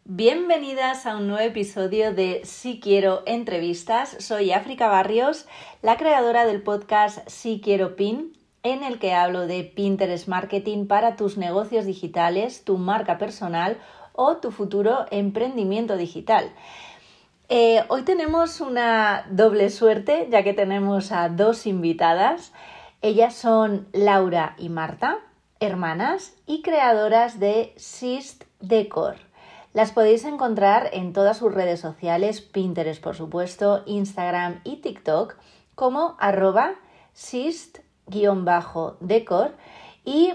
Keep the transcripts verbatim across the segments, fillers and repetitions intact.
Bienvenidas a un nuevo episodio de Si Quiero Entrevistas. Soy África Barrios, la creadora del podcast Si Quiero Pin, en el que hablo de Pinterest Marketing para tus negocios digitales, tu marca personal o tu futuro emprendimiento digital. Eh, hoy tenemos una doble suerte, ya que tenemos a dos invitadas. Ellas son Laura y Marta, hermanas y creadoras de Sist Decor. Las podéis encontrar en todas sus redes sociales, Pinterest por supuesto, Instagram y TikTok, como arroba sist-decor, y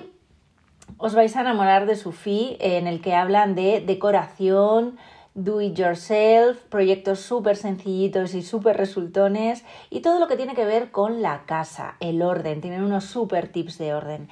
os vais a enamorar de su feed en el que hablan de decoración, do it yourself, proyectos súper sencillitos y súper resultones y todo lo que tiene que ver con la casa, el orden. Tienen unos súper tips de orden.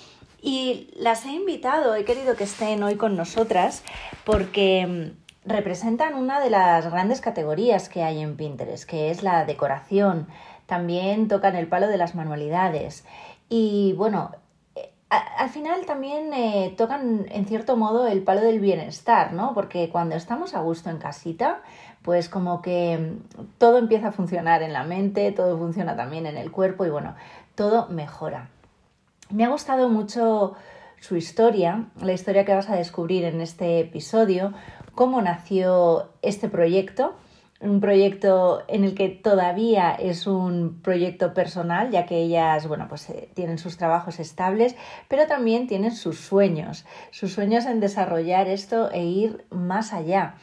Y las he invitado, he querido que estén hoy con nosotras porque representan una de las grandes categorías que hay en Pinterest, que es la decoración. También tocan el palo de las manualidades y bueno, a, al final también eh, tocan en cierto modo el palo del bienestar, ¿no? Porque cuando estamos a gusto en casita, pues como que todo empieza a funcionar en la mente, todo funciona también en el cuerpo y bueno, todo mejora. Me ha gustado mucho su historia, la historia que vas a descubrir en este episodio, cómo nació este proyecto, un proyecto en el que todavía es un proyecto personal, ya que ellas, bueno, pues eh, tienen sus trabajos estables, pero también tienen sus sueños, sus sueños en desarrollar esto e ir más allá.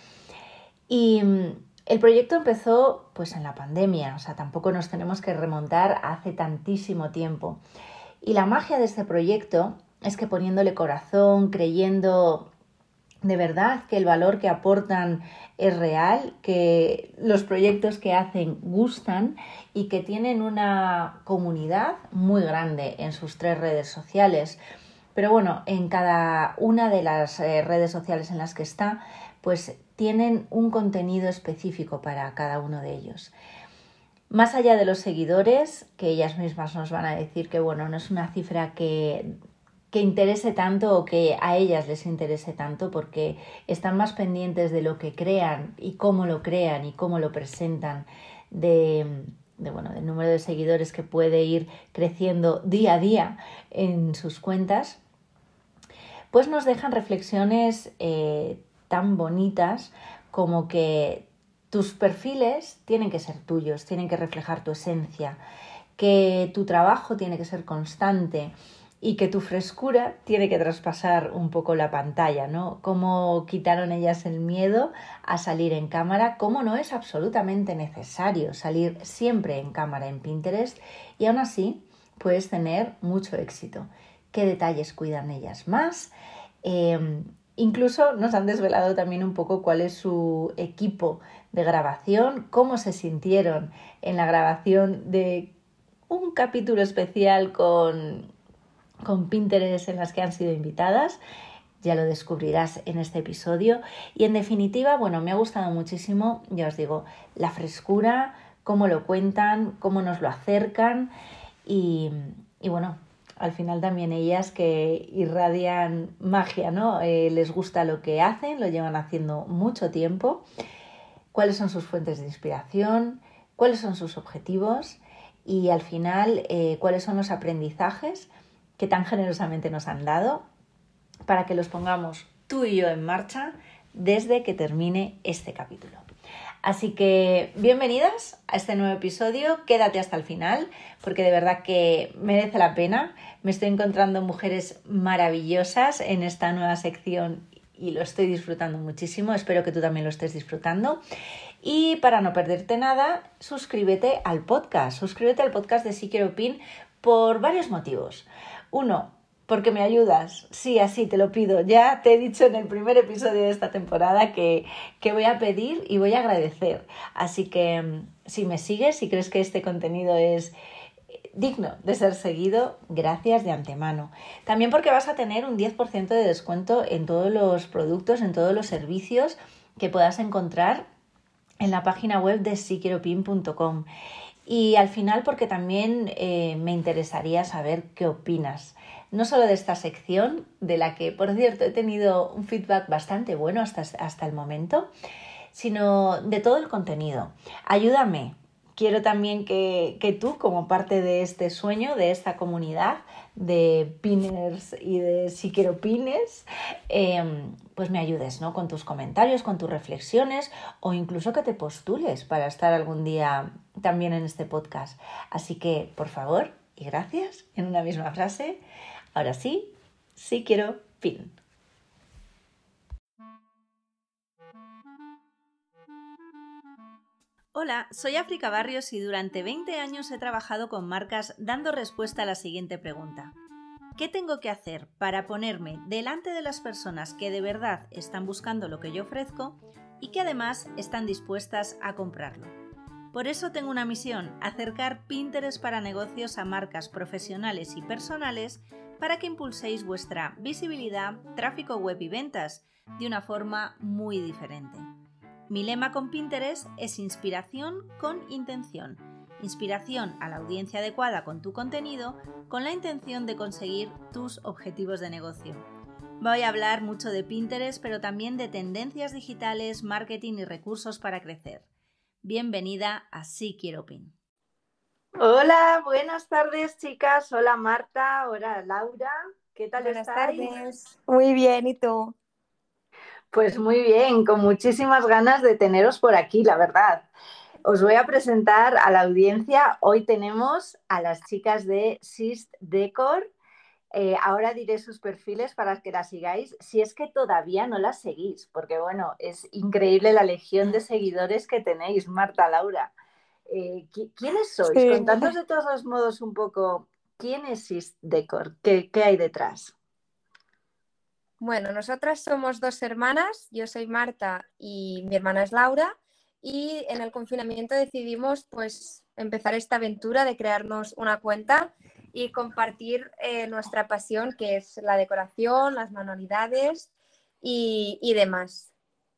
Y el proyecto empezó pues en la pandemia, o sea, tampoco nos tenemos que remontar hace tantísimo tiempo. Y la magia de este proyecto es que poniéndole corazón, creyendo de verdad que el valor que aportan es real, que los proyectos que hacen gustan y que tienen una comunidad muy grande en sus tres redes sociales. Pero bueno, en cada una de las eh, redes sociales en las que está, pues tienen un contenido específico para cada uno de ellos. Más allá de los seguidores, que ellas mismas nos van a decir que bueno, no es una cifra que, que interese tanto o que a ellas les interese tanto, porque están más pendientes de lo que crean y cómo lo crean y cómo lo presentan, de, de, bueno, del número de seguidores que puede ir creciendo día a día en sus cuentas, pues nos dejan reflexiones eh, tan bonitas como que tus perfiles tienen que ser tuyos, tienen que reflejar tu esencia, que tu trabajo tiene que ser constante y que tu frescura tiene que traspasar un poco la pantalla, ¿no? Cómo quitaron ellas el miedo a salir en cámara, cómo no es absolutamente necesario salir siempre en cámara en Pinterest y aún así puedes tener mucho éxito. ¿Qué detalles cuidan ellas más? Eh, Incluso nos han desvelado también un poco cuál es su equipo de grabación, cómo se sintieron en la grabación de un capítulo especial con, con Pinterest en las que han sido invitadas. Ya lo descubrirás en este episodio. Y en definitiva, bueno, me ha gustado muchísimo, ya os digo, la frescura, cómo lo cuentan, cómo nos lo acercan y, y bueno, al final también ellas que irradian magia, ¿no? Eh, les gusta lo que hacen, lo llevan haciendo mucho tiempo. ¿Cuáles son sus fuentes de inspiración? ¿Cuáles son sus objetivos? Y al final, eh, ¿cuáles son los aprendizajes que tan generosamente nos han dado para que los pongamos tú y yo en marcha desde que termine este capítulo? Así que bienvenidas a este nuevo episodio, quédate hasta el final porque de verdad que merece la pena. Me estoy encontrando mujeres maravillosas en esta nueva sección y lo estoy disfrutando muchísimo, espero que tú también lo estés disfrutando. Y para no perderte nada, suscríbete al podcast, suscríbete al podcast de Si Quiero Pin por varios motivos. Uno, porque me ayudas, sí, así te lo pido. Ya te he dicho en el primer episodio de esta temporada que, que voy a pedir y voy a agradecer. Así que si me sigues y crees que este contenido es digno de ser seguido, gracias de antemano. También porque vas a tener un diez por ciento de descuento en todos los productos, en todos los servicios que puedas encontrar en la página web de si quiero pin punto com. Y al final porque también eh, me interesaría saber qué opinas no solo de esta sección, de la que, por cierto, he tenido un feedback bastante bueno hasta, hasta el momento, sino de todo el contenido. Ayúdame. Quiero también que, que tú, como parte de este sueño, de esta comunidad de pinners y de si quiero pines, eh, pues me ayudes, ¿no? Con tus comentarios, con tus reflexiones o incluso que te postules para estar algún día también en este podcast. Así que, por favor y gracias, en una misma frase, ahora sí, sí quiero pin. Hola, soy África Barrios y durante veinte años he trabajado con marcas dando respuesta a la siguiente pregunta. ¿Qué tengo que hacer para ponerme delante de las personas que de verdad están buscando lo que yo ofrezco y que además están dispuestas a comprarlo? Por eso tengo una misión, acercar Pinterest para negocios a marcas profesionales y personales para que impulséis vuestra visibilidad, tráfico web y ventas de una forma muy diferente. Mi lema con Pinterest es inspiración con intención. Inspiración a la audiencia adecuada con tu contenido, con la intención de conseguir tus objetivos de negocio. Voy a hablar mucho de Pinterest, pero también de tendencias digitales, marketing y recursos para crecer. Bienvenida a Sí Quiero Pin. Hola, buenas tardes, chicas. Hola, Marta. Hola, Laura. ¿Qué tal Buenas estáis? tardes. Muy bien, ¿y tú? Pues muy bien, con muchísimas ganas de teneros por aquí, la verdad. Os voy a presentar a la audiencia. Hoy tenemos a las chicas de Sist Decor. Eh, ahora diré sus perfiles para que las sigáis, si es que todavía no las seguís, porque bueno, es increíble la legión de seguidores que tenéis, Marta, Laura. Eh, ¿qui- ¿Quiénes sois? Sí. Contadnos de todos los modos un poco quién es Sist Decor, qué, qué hay detrás. Bueno, nosotras somos dos hermanas, yo soy Marta y mi hermana es Laura, y en el confinamiento decidimos pues empezar esta aventura de crearnos una cuenta y compartir eh, nuestra pasión, que es la decoración, las manualidades y, y demás.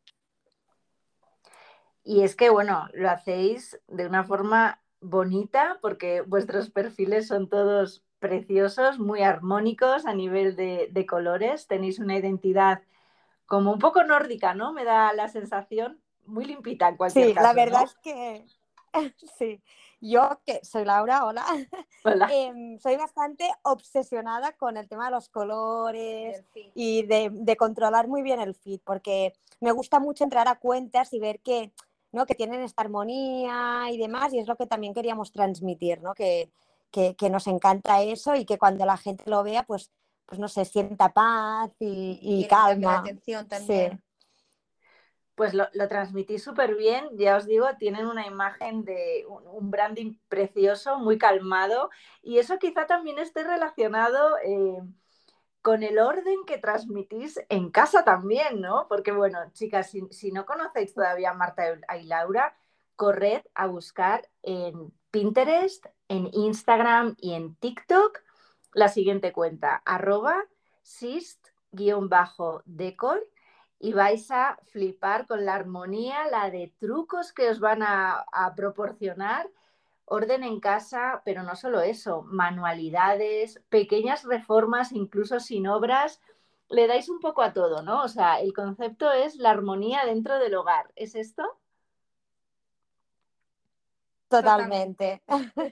Y es que, bueno, lo hacéis de una forma bonita porque vuestros perfiles son todos preciosos, muy armónicos a nivel de, de colores. Tenéis una identidad como un poco nórdica, ¿no? Me da la sensación, muy limpita en cualquier Sí, la caso, verdad ¿no? es que sí, yo que soy Laura, hola, Hola. em, soy bastante obsesionada con el tema de los colores y de, de controlar muy bien el feed, porque me gusta mucho entrar a cuentas y ver que, ¿no? que tienen esta armonía y demás, y es lo que también queríamos transmitir, ¿no? que, que, que nos encanta eso y que cuando la gente lo vea, pues, pues no sé, sienta paz y, y Y le llame la calma. atención Sí. también. Pues lo, lo transmitís súper bien, ya os digo, tienen una imagen de un, un branding precioso, muy calmado, y eso quizá también esté relacionado eh, con el orden que transmitís en casa también, ¿no? Porque bueno, chicas, si, si no conocéis todavía a Marta y Laura, corred a buscar en Pinterest, en Instagram y en TikTok la siguiente cuenta, arroba sist-decor, y vais a flipar con la armonía, la de trucos que os van a, a proporcionar. Orden en casa, pero no solo eso, manualidades, pequeñas reformas, incluso sin obras, le dais un poco a todo, ¿no? O sea, el concepto es la armonía dentro del hogar. ¿Es esto? Totalmente.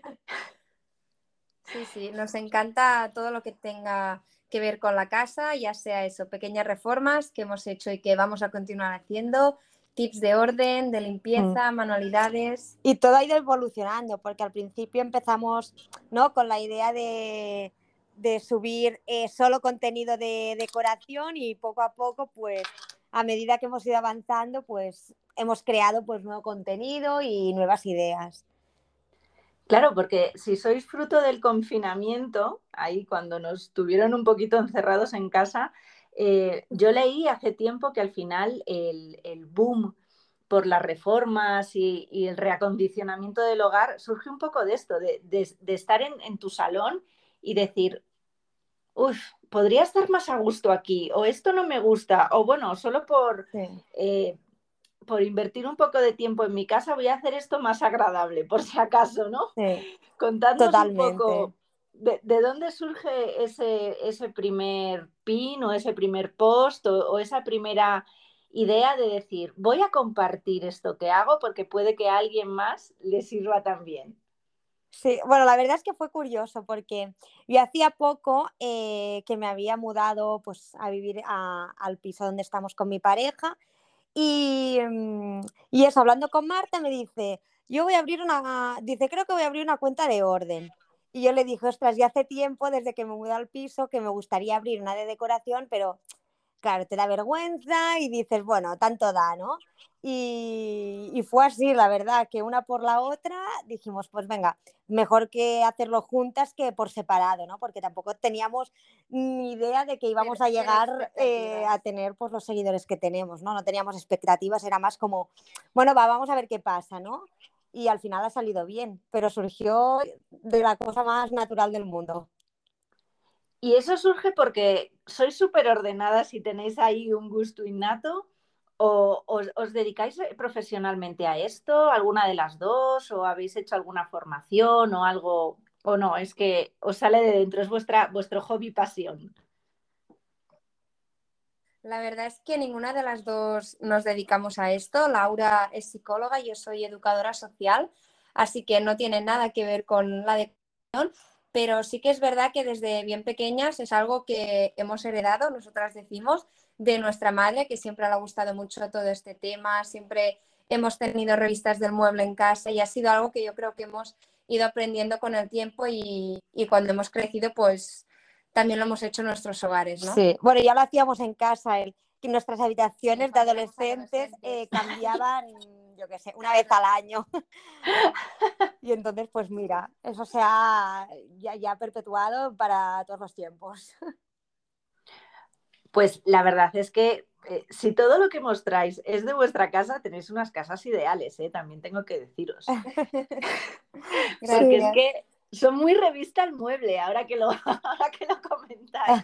Sí, sí, nos encanta todo lo que tenga que ver con la casa, ya sea eso, pequeñas reformas que hemos hecho y que vamos a continuar haciendo, tips de orden, de limpieza, manualidades. Y todo ha ido evolucionando, porque al principio empezamos, ¿no? con la idea de, de subir eh, solo contenido de decoración y poco a poco, pues a medida que hemos ido avanzando, pues hemos creado pues nuevo contenido y nuevas ideas. Claro, porque si sois fruto del confinamiento, ahí cuando nos tuvieron un poquito encerrados en casa, eh, yo leí hace tiempo que al final el, el boom por las reformas y, y, el reacondicionamiento del hogar surge un poco de esto, de, de, de estar en, en, tu salón y decir, uff, podría estar más a gusto aquí, o esto no me gusta, o bueno, solo por, Sí. eh, por invertir un poco de tiempo en mi casa voy a hacer esto más agradable, por si acaso, ¿no? Sí, Contadnos un totalmente. poco ¿De, de dónde surge ese, ese primer pin o ese primer post o, o esa primera idea de decir, voy a compartir esto que hago porque puede que a alguien más le sirva también? Sí, bueno, la verdad es que fue curioso porque yo hacía poco eh, que me había mudado pues, a vivir a- al piso donde estamos con mi pareja y, mm, y eso, hablando con Marta me dice, yo voy a abrir una, dice, creo que voy a abrir una cuenta de orden. Y yo le dije, ostras, ya hace tiempo desde que me mudé al piso que me gustaría abrir una de decoración, pero claro, te da vergüenza y dices, bueno, tanto da, ¿no? Y, y fue así, la verdad, que una por la otra dijimos, pues venga, mejor que hacerlo juntas que por separado, ¿no? Porque tampoco teníamos ni idea de que íbamos Cero, a cero llegar eh, a expectativas. tener pues, los seguidores que tenemos, ¿no? No teníamos expectativas, era más como, bueno, va, vamos a ver qué pasa, ¿no? Y al final ha salido bien, pero surgió de la cosa más natural del mundo. Y eso surge porque sois súper ordenadas y tenéis ahí un gusto innato, o os, os dedicáis profesionalmente a esto, alguna de las dos, o habéis hecho alguna formación o algo, o no, es que os sale de dentro, es vuestra, vuestro hobby pasión. La verdad es que ninguna de las dos nos dedicamos a esto. Laura es psicóloga, yo soy educadora social, así que no tiene nada que ver con la decoración, pero sí que es verdad que desde bien pequeñas es algo que hemos heredado, nosotras decimos, de nuestra madre, que siempre le ha gustado mucho todo este tema, siempre hemos tenido revistas del mueble en casa y ha sido algo que yo creo que hemos ido aprendiendo con el tiempo y, y cuando hemos crecido, pues también lo hemos hecho en nuestros hogares, ¿no? Sí, bueno, ya lo hacíamos en casa, el, que nuestras Sí, habitaciones de cuando éramos adolescentes adolescentes. eh, cambiaban, yo qué sé, una vez al año. Y entonces, pues mira, eso se ha ya, ya perpetuado para todos los tiempos. Pues la verdad es que eh, si todo lo que mostráis es de vuestra casa, tenéis unas casas ideales, ¿eh? También tengo que deciros. Porque es Gracias. que son muy revista al mueble, ahora que lo, ahora que lo comentáis.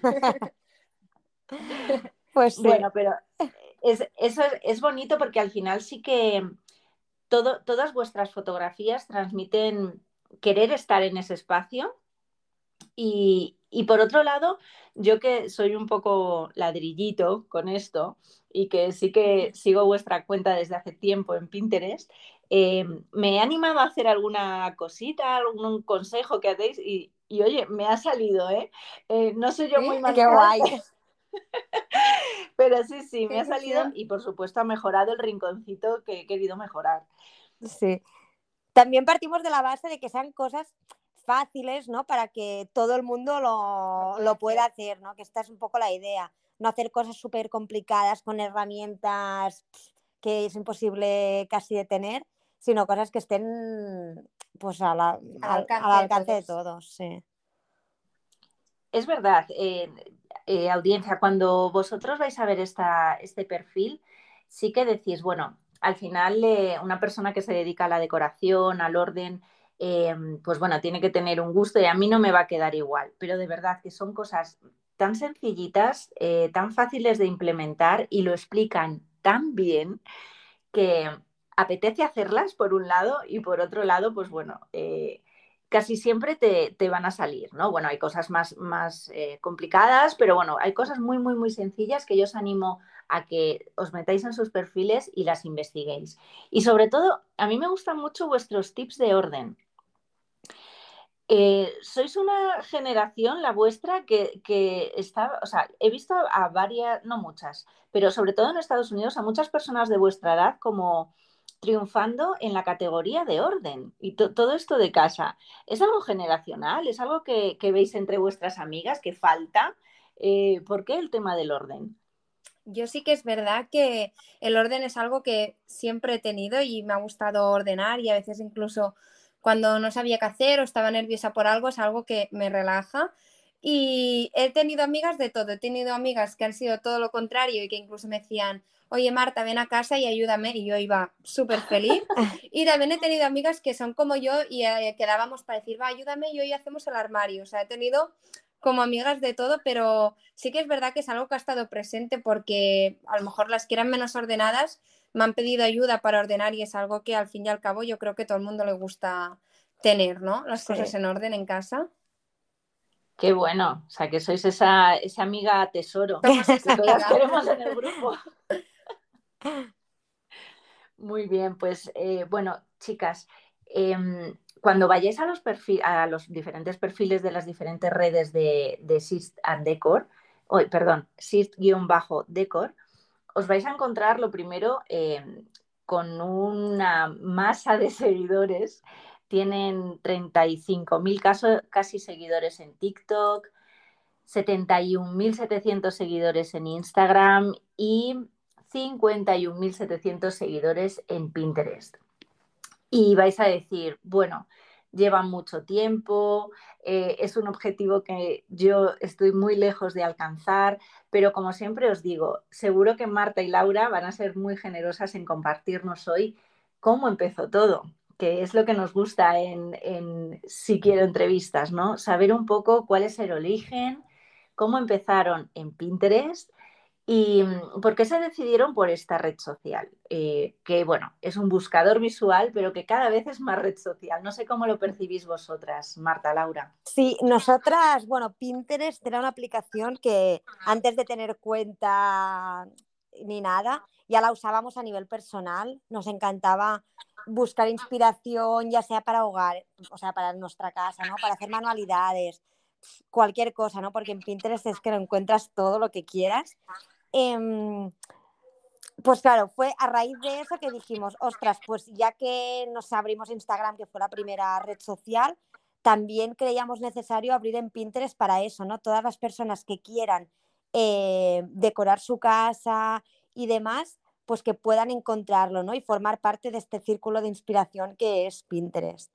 Pues sí, Bueno, pero es, eso es, es bonito porque al final sí que todo, todas vuestras fotografías transmiten querer estar en ese espacio. Y, y por otro lado, yo que soy un poco ladrillito con esto y que sí que sigo vuestra cuenta desde hace tiempo en Pinterest, eh, me he animado a hacer alguna cosita, algún consejo que hacéis y, y oye, me ha salido, ¿eh? Eh, no soy yo ¿Sí? muy qué manual, guay. pero sí, sí, ¡Qué me ha salido ilusión! y por supuesto ha mejorado el rinconcito que he querido mejorar. Sí. También partimos de la base de que sean cosas fáciles, ¿no? Para que todo el mundo Lo lo, puedo lo pueda hacer. hacer, ¿no? Que esta es un poco la idea. No hacer cosas súper complicadas con herramientas que es imposible casi de tener, sino cosas que estén pues a la- Al al, al alcance de alcance de todos. todos, sí. Es verdad, eh, eh, audiencia, cuando vosotros vais a ver esta, este perfil, sí que decís, bueno, al final eh, una persona que se dedica a la decoración, al orden, eh, pues bueno, tiene que tener un gusto y a mí no me va a quedar igual, pero de verdad que son cosas tan sencillitas, eh, tan fáciles de implementar y lo explican tan bien que apetece hacerlas por un lado y por otro lado, pues bueno, eh, casi siempre te, te, van a salir, ¿no? Bueno, hay cosas más, más eh, complicadas, pero bueno, hay cosas muy, muy, muy sencillas que yo os animo a que os metáis en sus perfiles y las investiguéis. Y sobre todo, a mí me gustan mucho vuestros tips de orden. Eh, sois una generación, la vuestra, que, que está, o sea, he visto a varias, no muchas, pero sobre todo en Estados Unidos, a muchas personas de vuestra edad como triunfando en la categoría de orden y to- todo esto de casa. ¿Es algo generacional? ¿Es algo que, que veis entre vuestras amigas que falta? Eh, ¿por qué el tema del orden? Yo sí que es verdad que el orden es algo que siempre he tenido y me ha gustado ordenar y a veces incluso cuando no sabía qué hacer o estaba nerviosa por algo es algo que me relaja. Y he tenido amigas de todo, he tenido amigas que han sido todo lo contrario y que incluso me decían, oye Marta, ven a casa y ayúdame y yo iba súper feliz. Y también he tenido amigas que son como yo y eh, quedábamos para decir, va, ayúdame y hoy hacemos el armario. O sea, he tenido como amigas de todo, pero sí que es verdad que es algo que ha estado presente porque a lo mejor las que eran menos ordenadas me han pedido ayuda para ordenar y es algo que al fin y al cabo yo creo que todo el mundo le gusta tener, ¿no? Las cosas Sí. en orden en casa. Qué bueno, o sea que sois esa, esa amiga tesoro Somos que esa todas amiga. queremos en el grupo. Muy bien, pues eh, bueno, chicas, em, cuando vayáis a los, perfi- a los diferentes perfiles de las diferentes redes de, de Sist and Decor, o, perdón, Sist-Decor, os vais a encontrar lo primero em, con una masa de seguidores. Tienen treinta y cinco mil caso- casi seguidores en TikTok, setenta y un mil setecientos seguidores en Instagram y cincuenta y un mil setecientos seguidores en Pinterest. Y vais a decir, bueno, llevan mucho tiempo, eh, es un objetivo que yo estoy muy lejos de alcanzar, pero como siempre os digo, seguro que Marta y Laura van a ser muy generosas en compartirnos hoy cómo empezó todo, que es lo que nos gusta en, en Si Quiero Entrevistas, ¿no? Saber un poco cuál es el origen, cómo empezaron en Pinterest y mm, por qué se decidieron por esta red social, eh, que bueno, es un buscador visual, pero que cada vez es más red social. No sé cómo lo percibís vosotras, Marta, Laura. Sí, nosotras, bueno, Pinterest era una aplicación que antes de tener cuenta ni nada, ya la usábamos a nivel personal. Nos encantaba buscar inspiración, ya sea para hogar, o sea, para nuestra casa, ¿no? Para hacer manualidades, cualquier cosa, ¿no? Porque en Pinterest es que lo encuentras todo lo que quieras. Eh, pues claro, fue a raíz de eso que dijimos, ostras, pues ya que nos abrimos Instagram, que fue la primera red social, también creíamos necesario abrir en Pinterest para eso, ¿no? Todas las personas que quieran eh, decorar su casa y demás, pues que puedan encontrarlo, ¿no? Y formar parte de este círculo de inspiración que es Pinterest.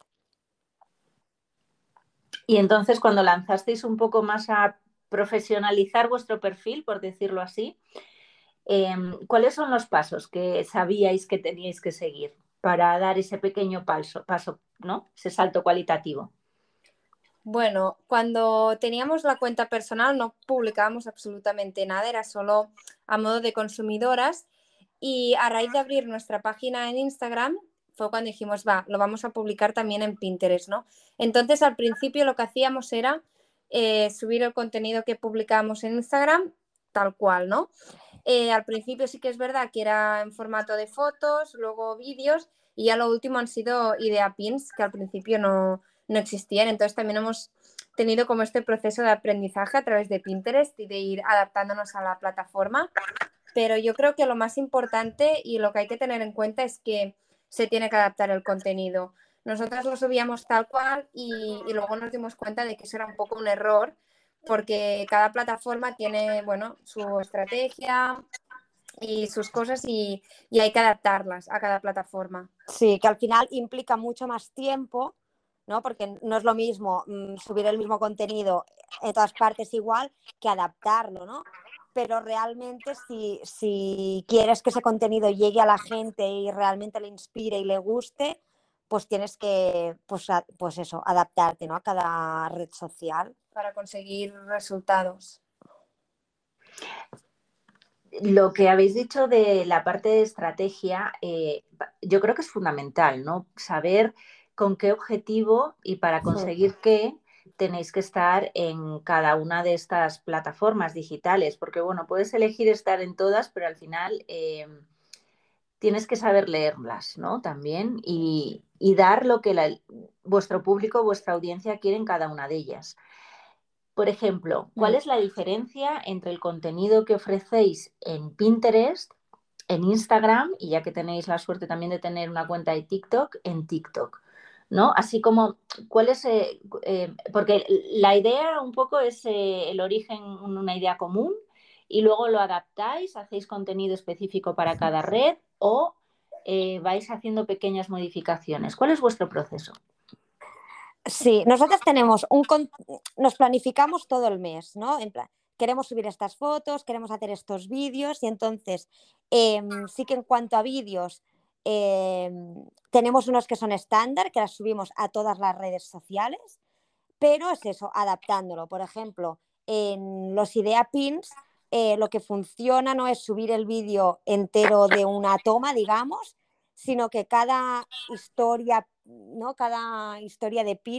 Y entonces, cuando lanzasteis un poco más a profesionalizar vuestro perfil, por decirlo así, eh, ¿cuáles son los pasos que sabíais que teníais que seguir para dar ese pequeño paso, paso, ¿no? Ese salto cualitativo? Bueno, cuando teníamos la cuenta personal no publicábamos absolutamente nada, era solo a modo de consumidoras y a raíz de abrir nuestra página en Instagram fue cuando dijimos, va, lo vamos a publicar también en Pinterest, ¿no? Entonces al principio lo que hacíamos era eh, subir el contenido que publicábamos en Instagram tal cual, ¿no? Eh, al principio sí que es verdad que era en formato de fotos, luego vídeos y ya lo último han sido idea pins que al principio no no existían. Entonces también hemos tenido como este proceso de aprendizaje a través de Pinterest y de ir adaptándonos a la plataforma. Pero yo creo que lo más importante y lo que hay que tener en cuenta es que se tiene que adaptar el contenido. Nosotras lo subíamos tal cual y, y luego nos dimos cuenta de que eso era un poco un error porque cada plataforma tiene, bueno, su estrategia y sus cosas y, y hay que adaptarlas a cada plataforma. Sí, que al final implica mucho más tiempo, ¿no? Porque no es lo mismo mmm, subir el mismo contenido en todas partes igual que adaptarlo, ¿no? Pero realmente si, si quieres que ese contenido llegue a la gente y realmente le inspire y le guste, pues tienes que, pues, a, pues eso, adaptarte, ¿no? A cada red social. Para conseguir resultados. Lo que habéis dicho de la parte de estrategia, eh, yo creo que es fundamental, ¿no? Saber con qué objetivo y para conseguir qué tenéis que estar en cada una de estas plataformas digitales, porque bueno, puedes elegir estar en todas, pero al final eh, tienes que saber leerlas, ¿no? También y, y dar lo que la, vuestro público, vuestra audiencia quiere en cada una de ellas. Por ejemplo, ¿cuál es la diferencia entre el contenido que ofrecéis en Pinterest, en Instagram y ya que tenéis la suerte también de tener una cuenta de TikTok, en TikTok? ¿No? Así como, ¿cuál es? Eh, eh, porque la idea un poco es eh, el origen, una idea común y luego lo adaptáis, hacéis contenido específico para cada red o eh, vais haciendo pequeñas modificaciones. ¿Cuál es vuestro proceso? Sí, nosotros tenemos un, nos planificamos todo el mes, ¿no? En plan, queremos subir estas fotos, queremos hacer estos vídeos y entonces eh, sí que en cuanto a vídeos eh, tenemos unos que son estándar, que las subimos a todas las redes sociales, pero es eso, adaptándolo. Por ejemplo, en los idea pins eh, lo que funciona no es subir el vídeo entero de una toma, digamos, sino que cada historia, ¿no? Cada historia de pin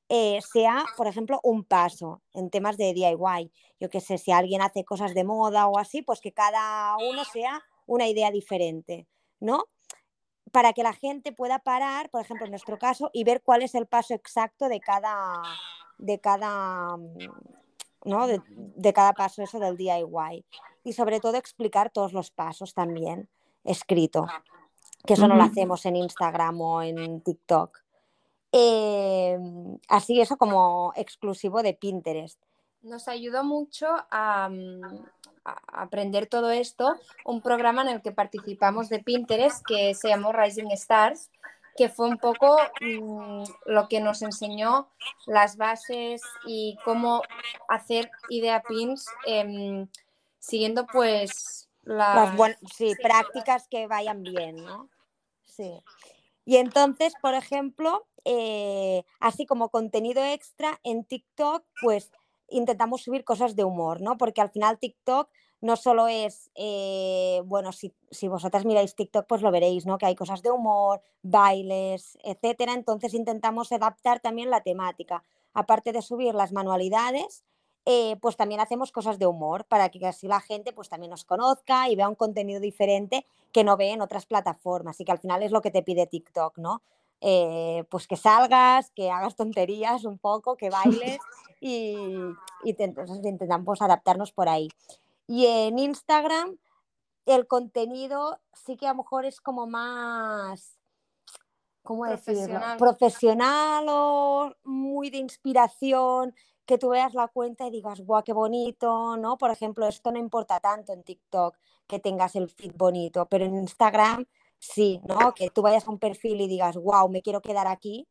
eh, sea, por ejemplo, un paso en temas de D I Y. Yo qué sé, si alguien hace cosas de moda o así, pues que cada uno sea una idea diferente, ¿no? Para que la gente pueda parar, por ejemplo, en nuestro caso, y ver cuál es el paso exacto de cada, de cada, ¿no? de, de cada paso eso del D I Y. Y sobre todo explicar todos los pasos también, escrito, que eso no lo Ujú. hacemos en Instagram o en TikTok. Eh, así eso como exclusivo de Pinterest. Nos ayudó mucho a, a aprender todo esto un programa en el que participamos de Pinterest que se llamó Rising Stars, que fue un poco mmm, lo que nos enseñó las bases y cómo hacer idea pins eh, siguiendo pues Las las... buen- sí, prácticas que vayan bien, ¿no? Sí. Y entonces, por ejemplo, eh, así como contenido extra en TikTok, pues intentamos subir cosas de humor, ¿no? Porque al final TikTok no solo es, eh, bueno, si, si vosotras miráis TikTok, pues lo veréis, ¿no? Que hay cosas de humor, bailes, etcétera. Entonces intentamos adaptar también la temática. Aparte de subir las manualidades, eh, pues también hacemos cosas de humor para que así la gente pues también nos conozca y vea un contenido diferente que no ve en otras plataformas y que al final es lo que te pide TikTok, ¿no? Eh, pues que salgas, que hagas tonterías un poco, que bailes y, y te, entonces intentamos adaptarnos por ahí. Y en Instagram el contenido sí que a lo mejor es como más, ¿cómo decirlo? Profesional. Profesional o muy de inspiración, que tú veas la cuenta y digas, ¡guau, qué bonito! ¿No? Por ejemplo, esto no importa tanto en TikTok, que tengas el feed bonito, pero en Instagram sí, ¿no? Que tú vayas a un perfil y digas, ¡guau, me quiero quedar aquí!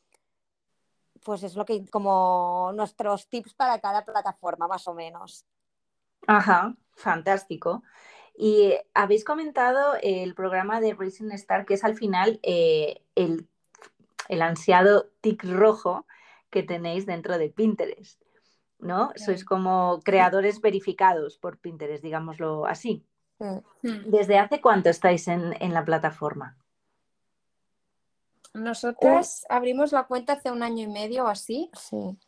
Pues es lo que, como nuestros tips para cada plataforma, más o menos. Ajá, fantástico. Y habéis comentado el programa de Rising Star, que es al final eh, el, el ansiado tic rojo que tenéis dentro de Pinterest, ¿no? Sois como creadores verificados por Pinterest, digámoslo así. Mm. ¿Desde hace cuánto estáis en, en la plataforma? Nosotras un... abrimos la cuenta hace un año y medio o así. Sí.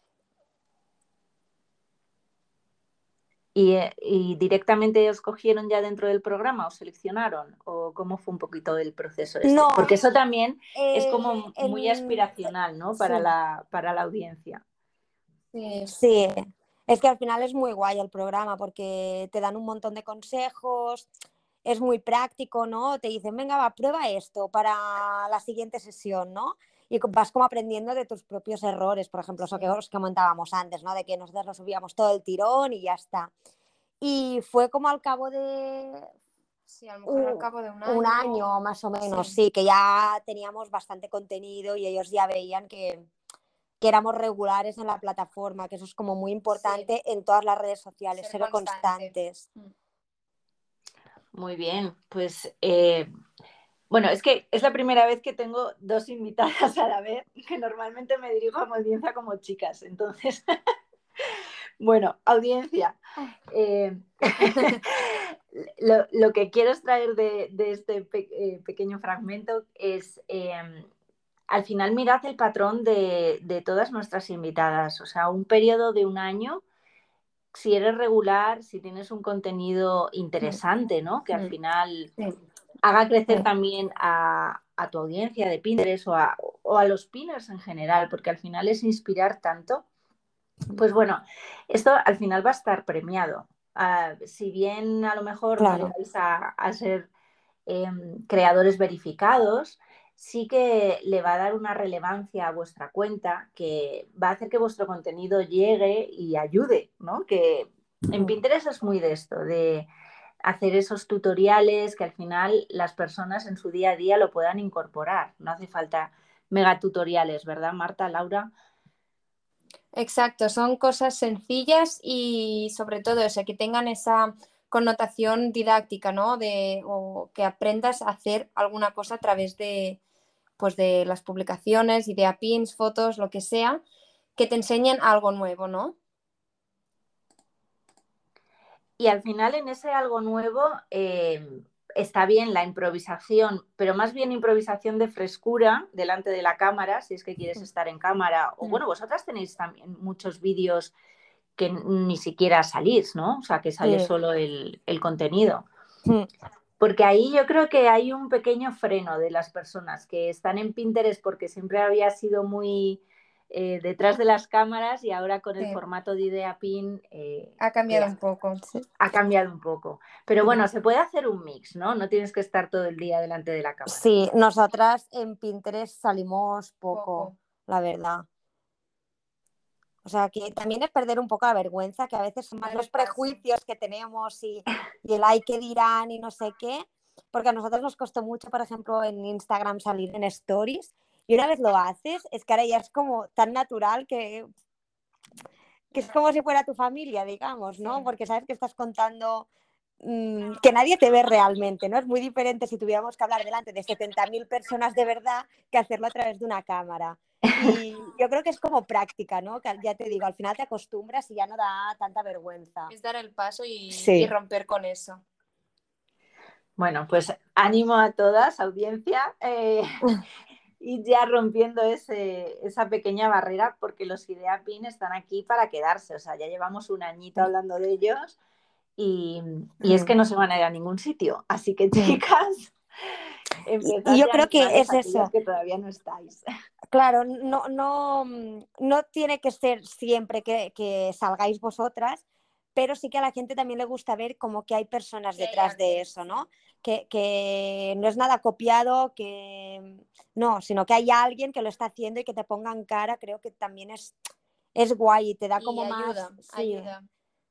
¿Y, ¿Y directamente os cogieron ya dentro del programa, os seleccionaron? ¿O cómo fue un poquito el proceso este? No, Porque eso también eh, es como en... muy aspiracional, ¿no? Para, sí. la, para la audiencia. Sí. Sí, es que al final es muy guay el programa porque te dan un montón de consejos, es muy práctico, ¿no? Te dicen, venga, va, prueba esto para la siguiente sesión, ¿no? Y vas como aprendiendo de tus propios errores, por ejemplo, eso sí. que os comentábamos antes, ¿no? De que nosotros lo subíamos todo el tirón y ya está. Y fue como al cabo de... Sí, a lo mejor al cabo de un año. Un año más o menos, sí. sí, que ya teníamos bastante contenido y ellos ya veían que, que éramos regulares en la plataforma, que eso es como muy importante sí. en todas las redes sociales, ser, ser constantes. Muy bien, pues eh, bueno, es que es la primera vez que tengo dos invitadas a la vez, que normalmente me dirijo a mi audiencia como chicas, entonces, bueno, audiencia. Eh, lo, lo que quiero extraer de, de este pe eh, pequeño fragmento es... Eh, al final mirad el patrón de, de todas nuestras invitadas, o sea, un periodo de un año, si eres regular, si tienes un contenido interesante, ¿no? Que al final haga crecer también a, a tu audiencia de Pinterest o a, o a los pinners en general, porque al final es inspirar tanto. Pues bueno, esto al final va a estar premiado. Uh, si bien a lo mejor claro. no llegáis a, a ser eh, creadores verificados, sí que le va a dar una relevancia a vuestra cuenta que va a hacer que vuestro contenido llegue y ayude, ¿no? Que en Pinterest es muy de esto, de hacer esos tutoriales que al final las personas en su día a día lo puedan incorporar. No hace falta mega tutoriales, ¿verdad, Marta, Laura? Exacto, son cosas sencillas y sobre todo eso, que tengan esa connotación didáctica, ¿no? De, o que aprendas a hacer alguna cosa a través de, pues de las publicaciones, idea pins, fotos, lo que sea, que te enseñen algo nuevo, ¿no? Y al final en ese algo nuevo, eh, está bien la improvisación, pero más bien improvisación de frescura delante de la cámara, si es que quieres estar en cámara. O bueno, vosotras tenéis también muchos vídeos que ni siquiera salís, ¿no? O sea, que sale Sí. solo el, el contenido. Mm. Porque ahí yo creo que hay un pequeño freno de las personas que están en Pinterest porque siempre había sido muy eh, detrás de las cámaras y ahora con el Sí. formato de Idea Pin eh, Ha cambiado que un poco. Sí. ha cambiado un poco. Pero bueno, se puede hacer un mix, ¿no? No tienes que estar todo el día delante de la cámara. Sí, nosotras en Pinterest salimos poco, Poco. la verdad. O sea, que también es perder un poco la vergüenza, que a veces son más Dar los el paso. prejuicios que tenemos y, y el ay que dirán y no sé qué, porque a nosotros nos costó mucho, por ejemplo, en Instagram salir en stories y una vez lo haces, es que ahora ya es como tan natural que, que es como si fuera tu familia, digamos, ¿no? Sí. Porque sabes que estás contando mmm, que nadie te ve realmente, ¿no? Es muy diferente si tuviéramos que hablar delante de setenta mil personas de verdad que hacerlo a través de una cámara. Y yo creo que es como práctica, ¿no? Que ya te digo, al final te acostumbras y ya no da tanta vergüenza. Es dar el paso y, Sí. y romper con eso. Bueno, pues ánimo a todas, audiencia, eh, y ya rompiendo ese, esa pequeña barrera, porque los Idea Pin están aquí para quedarse. O sea, ya llevamos un añito hablando de ellos y, y es que no se van a ir a ningún sitio. Así que, chicas, empezad Y yo ya a creo que animaros es a aquellas eso. que todavía no estáis. Claro, no, no, no tiene que ser siempre que, que salgáis vosotras, pero sí que a la gente también le gusta ver como que hay personas Que hay detrás de alguien. eso, ¿no? Que, que no es nada copiado, que no, sino que hay alguien que lo está haciendo y que te ponga en cara, creo que también es, es guay y te da Y como ayuda, más... Sí. ayuda.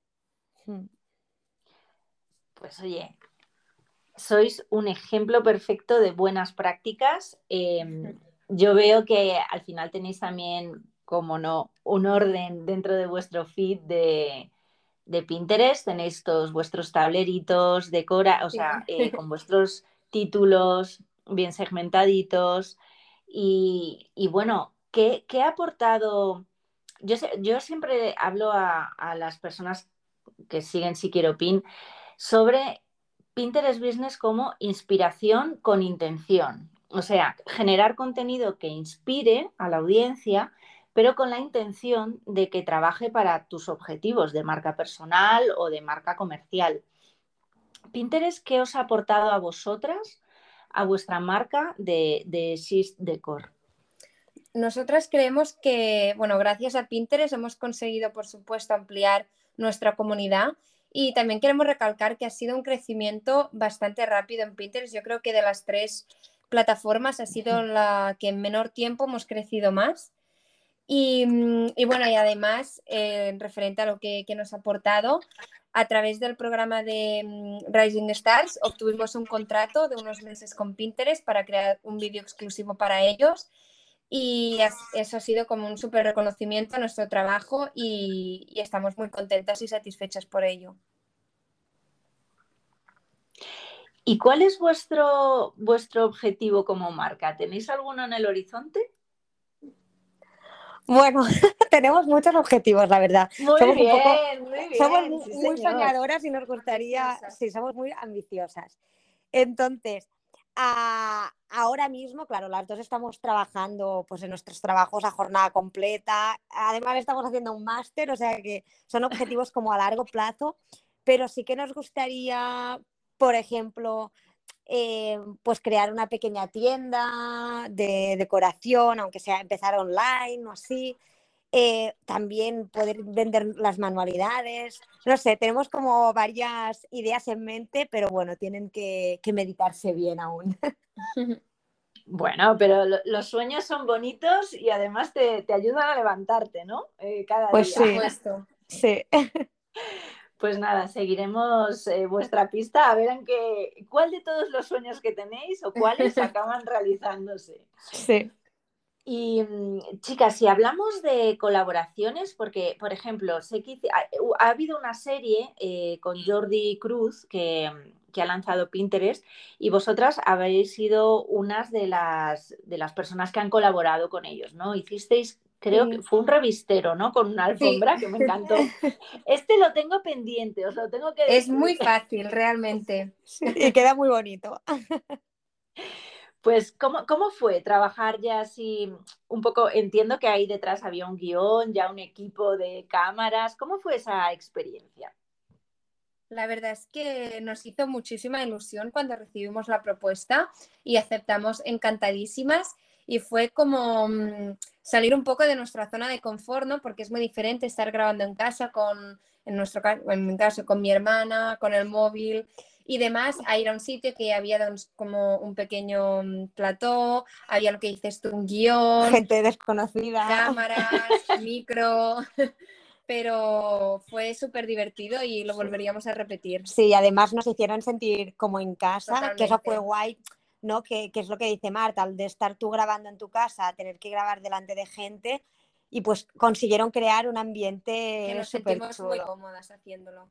Pues oye, sois un ejemplo perfecto de buenas prácticas. Eh, yo veo que al final tenéis también, como no, un orden dentro de vuestro feed de, de Pinterest. Tenéis todos vuestros tableritos, decora, o Sí. sea, eh, con vuestros títulos bien segmentaditos. Y, y bueno, ¿qué, qué ha aportado? Yo, sé, yo siempre hablo a, a las personas que siguen Si Quiero Pin sobre Pinterest Business como inspiración con intención. O sea, generar contenido que inspire a la audiencia, pero con la intención de que trabaje para tus objetivos de marca personal o de marca comercial. Pinterest, ¿qué os ha aportado a vosotras, a vuestra marca de, de She's Decor? Nosotras creemos que, bueno, gracias a Pinterest hemos conseguido, por supuesto, ampliar nuestra comunidad y también queremos recalcar que ha sido un crecimiento bastante rápido en Pinterest. Yo creo que de las tres plataformas ha sido la que en menor tiempo hemos crecido más. Y, y bueno, y además, eh, referente a lo que, que nos ha aportado, a través del programa de um, Rising Stars obtuvimos un contrato de unos meses con Pinterest para crear un vídeo exclusivo para ellos. Y eso ha sido como un súper reconocimiento a nuestro trabajo y, y estamos muy contentas y satisfechas por ello. ¿Y cuál es vuestro, vuestro objetivo como marca? ¿Tenéis alguno en el horizonte? Bueno, tenemos muchos objetivos, la verdad. Muy somos bien, un poco, muy bien. somos muy, Sí, muy señor. soñadoras y nos gustaría, Ambiciosas. sí, somos muy ambiciosas. Entonces, a, ahora mismo, claro, las dos estamos trabajando pues, en nuestros trabajos a jornada completa. Además, estamos haciendo un máster, o sea que son objetivos como a largo plazo, pero sí que nos gustaría, por ejemplo, eh, pues crear una pequeña tienda de decoración, aunque sea empezar online o así. Eh, también poder vender las manualidades. No sé, tenemos como varias ideas en mente, pero bueno, tienen que, que meditarse bien aún. Bueno, pero lo, los sueños son bonitos y además te, te ayudan a levantarte, ¿no? Eh, cada Pues día. Por sí, supuesto. sí. Pues nada, seguiremos eh, vuestra pista a ver en qué, cuál de todos los sueños que tenéis o cuáles acaban realizándose. Sí. Y chicas, si hablamos de colaboraciones, porque, por ejemplo, sé que ha, ha habido una serie eh, con Jordi Cruz que, que ha lanzado Pinterest y vosotras habéis sido unas de las, de las personas que han colaborado con ellos, ¿no? Hicisteis creo que Sí, fue un revistero, ¿no? Con una sí. alfombra que me encantó. Este lo tengo pendiente, os lo tengo que Es decir. muy fácil, realmente. Sí, y queda muy bonito. Pues, ¿cómo, cómo fue trabajar ya así un poco? Entiendo que ahí detrás había un guión, ya un equipo de cámaras. ¿Cómo fue esa experiencia? La verdad es que nos hizo muchísima ilusión cuando recibimos la propuesta y aceptamos encantadísimas y fue como mm, salir un poco de nuestra zona de confort, ¿no? Porque es muy diferente estar grabando en casa con, en nuestro caso, en mi caso, con mi hermana, con el móvil y demás, a ir a un sitio que había dos- como un pequeño mm, plató, había lo que dices tú, un guión, Gente desconocida. cámaras, micro, pero fue súper divertido y lo volveríamos a repetir. Sí, además nos hicieron sentir como en casa, que eso fue Totalmente. guay, ¿no? Que, que es lo que dice Marta, al de estar tú grabando en tu casa, tener que grabar delante de gente y pues consiguieron crear un Que ambiente nos súper sentimos muy chulo. cómodas haciéndolo.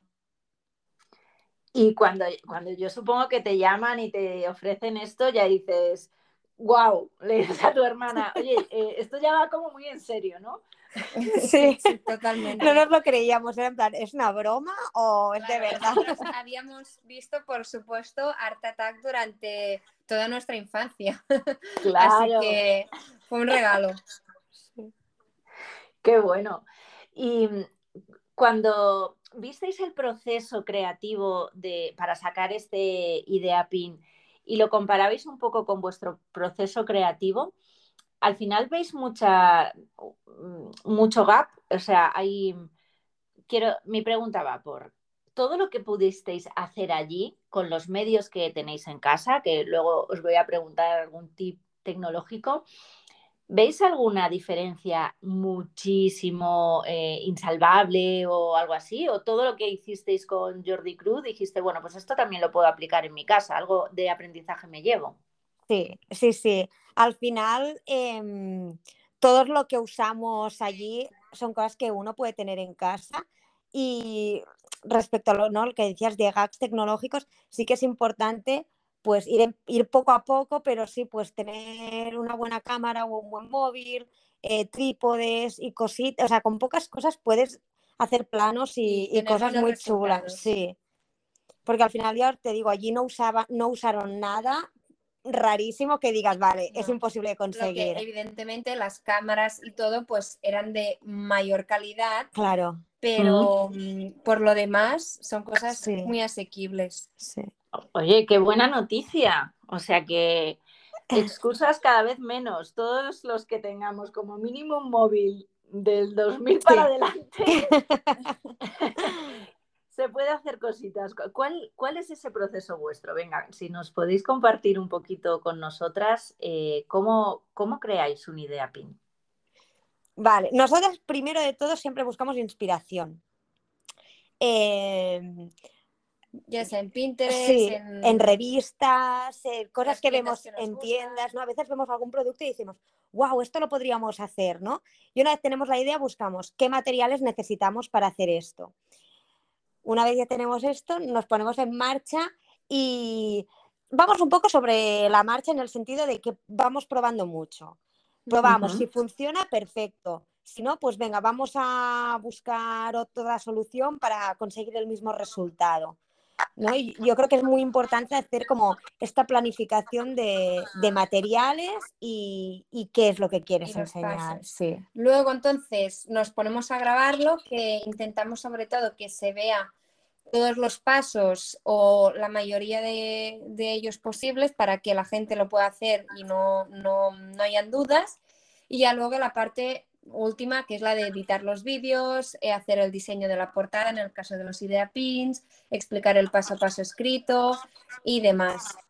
Y cuando, cuando yo supongo que te llaman y te ofrecen esto, ya dices, wow, le dices a tu hermana, oye, eh, esto ya va como muy en serio, ¿no? Sí, Sí, sí, no totalmente. nos lo creíamos, era en plan, ¿es una broma o es de Claro, verdad? nosotros habíamos visto, por supuesto, Art Attack durante toda nuestra infancia. Así Claro, que fue un regalo. Sí. qué bueno. Y cuando visteis el proceso creativo de, para sacar este idea pin y lo comparabais un poco con vuestro proceso creativo, al final veis mucha, mucho gap, o sea, hay, quiero, mi pregunta va por todo lo que pudisteis hacer allí con los medios que tenéis en casa, que luego os voy a preguntar algún tip tecnológico. ¿Veis alguna diferencia muchísimo eh, insalvable o algo así? ¿O todo lo que hicisteis con Jordi Cruz dijiste, bueno, pues esto también lo puedo aplicar en mi casa, algo de aprendizaje me llevo? Sí, sí, sí. Al final, eh, todo lo que usamos allí son cosas que uno puede tener en casa. Y respecto a lo, ¿no? lo que decías de gags tecnológicos, sí que es importante pues ir, en, ir poco a poco, pero sí pues tener una buena cámara o un buen móvil, eh, trípodes y cositas. O sea, con pocas cosas puedes hacer planos y, Y y tener cosas buenos muy chulas, resultados. sí. Porque al final ya te digo, allí no, usaba, no usaron nada rarísimo que digas, vale, es No. imposible de Lo que conseguir. evidentemente las cámaras y todo pues eran de mayor calidad, Claro, Mm. pero mm, por lo demás son cosas sí, muy asequibles. sí. Oye, qué buena noticia. O sea que excusas cada vez menos. Todos los que tengamos como mínimo un móvil del dos mil para Sí. adelante, se puede hacer cositas. ¿Cuál, ¿Cuál es ese proceso vuestro? Venga, si nos podéis compartir un poquito con nosotras, eh, ¿cómo, ¿cómo creáis una idea pin? Vale, nosotros primero de todo siempre buscamos inspiración. Eh, Ya sea en Pinterest, sí, en en revistas, eh, cosas las que prendas vemos que nos en gustan. tiendas, ¿no? A veces vemos algún producto y decimos, wow, esto lo podríamos hacer, ¿no? Y una vez tenemos la idea, buscamos qué materiales necesitamos para hacer esto. Una vez ya tenemos esto, nos ponemos en marcha y vamos un poco sobre la marcha en el sentido de que vamos probando mucho. Probamos, si Ujú. funciona, perfecto. Si no, pues venga, vamos a buscar otra solución para conseguir el mismo resultado, ¿no? Y yo creo que es muy importante hacer como esta planificación de, de materiales y, y, qué es lo que Y quieres los enseñar. pasos. Sí, Luego entonces nos ponemos a grabarlo, que intentamos sobre todo que se vea todos los pasos o la mayoría de, de ellos posibles para que la gente lo pueda hacer y no, no, no hayan dudas. Y ya luego la parte última, que es la de editar los vídeos, eh, hacer el diseño de la portada en el caso de los idea pins, explicar el paso a paso escrito y demás.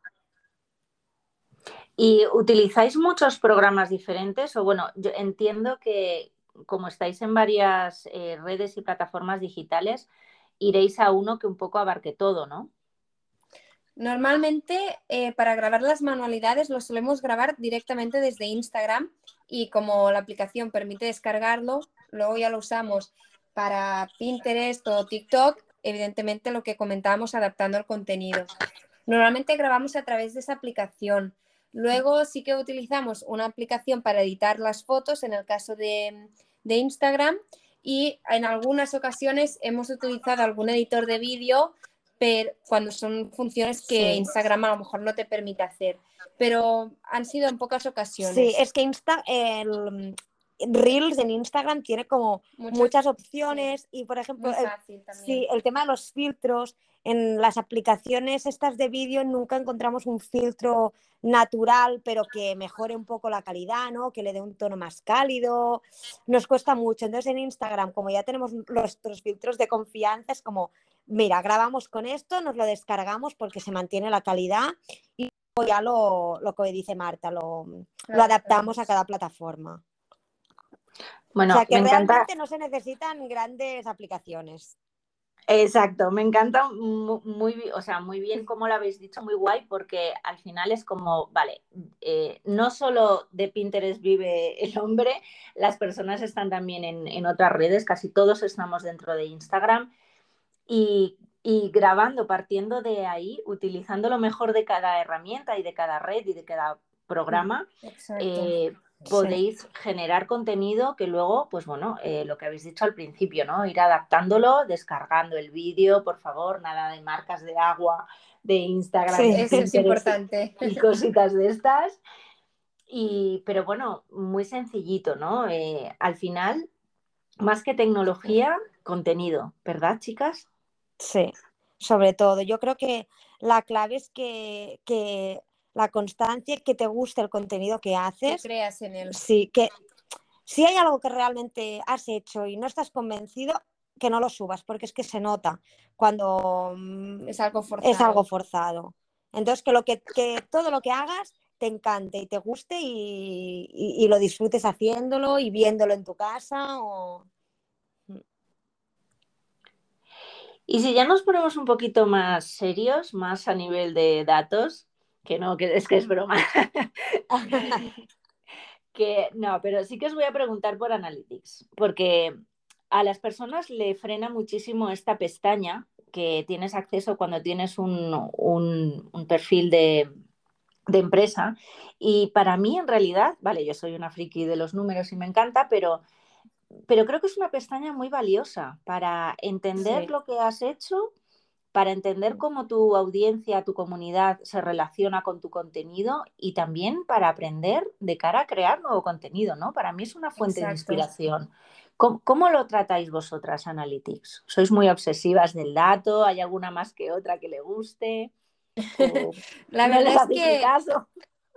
¿Y utilizáis muchos programas diferentes? O bueno, yo entiendo que como estáis en varias eh, redes y plataformas digitales, iréis a uno que un poco abarque todo, ¿no? Normalmente eh, para grabar las manualidades lo solemos grabar directamente desde Instagram y como la aplicación permite descargarlo, luego ya lo usamos para Pinterest o TikTok, evidentemente lo que comentábamos adaptando el contenido. Normalmente grabamos a través de esa aplicación. Luego sí que utilizamos una aplicación para editar las fotos en el caso de, de Instagram, y en algunas ocasiones hemos utilizado algún editor de vídeo, pero cuando son funciones que Sí. Instagram a lo mejor no te permite hacer, pero han sido en pocas ocasiones. Sí, es que Insta, el Reels en Instagram tiene como Muchas- muchas opciones sí. y, por ejemplo, Muy el, fácil también. sí, el tema de los filtros, en las aplicaciones estas de vídeo nunca encontramos un filtro natural, pero que mejore un poco la calidad, ¿no? Que le dé un tono más cálido. Nos cuesta mucho. Entonces en Instagram, como ya tenemos nuestros filtros de confianza, es como, mira, grabamos con esto, nos lo descargamos porque se mantiene la calidad y ya lo, lo que dice Marta, lo, lo adaptamos a cada plataforma. Bueno, o sea que me encanta. realmente no se necesitan grandes aplicaciones. Exacto, me encanta mu- muy, bi- o sea, muy bien como lo habéis dicho, muy guay, porque al final es como, vale, eh, no solo de Pinterest vive el hombre, las personas están también en, en otras redes, casi todos estamos dentro de Instagram y, y grabando, partiendo de ahí, utilizando lo mejor de cada herramienta y de cada red y de cada programa. Exacto. eh, podéis sí. generar contenido que luego, pues bueno, eh, lo que habéis dicho al principio, ¿no? Ir adaptándolo, descargando el vídeo, por favor, nada de marcas de agua de Instagram. Sí. Eso es importante. Y cositas de estas. Y, pero bueno, muy sencillito, ¿no? Eh, al final, más que tecnología, contenido, ¿verdad, chicas? Sí, sobre todo. Yo creo que la clave es que, que la constancia, que te guste el contenido que haces. Que creas en él. Sí, que si hay algo que realmente has hecho y no estás convencido, que no lo subas, porque es que se nota cuando es algo forzado. Es algo forzado. Entonces, que, lo que, que todo lo que hagas te encante y te guste y, y, y lo disfrutes haciéndolo y viéndolo en tu casa. O... Y si ya nos ponemos un poquito más serios, más a nivel de datos, que no, que es que es broma. que no, pero sí que os voy a preguntar por Analytics, porque a las personas le frena muchísimo esta pestaña que tienes acceso cuando tienes un, un, un perfil de, de empresa. Y para mí, en realidad, vale, yo soy una friki de los números y me encanta, pero pero creo que es una pestaña muy valiosa para entender Sí. lo que has hecho, para entender cómo tu audiencia, tu comunidad se relaciona con tu contenido y también para aprender de cara a crear nuevo contenido, ¿no? Para mí es una fuente Exacto. de inspiración. ¿Cómo, ¿Cómo lo tratáis vosotras, Analytics? ¿Sois muy obsesivas del dato? ¿Hay alguna más que otra que le guste? ¿O La no verdad les es hacéis que caso?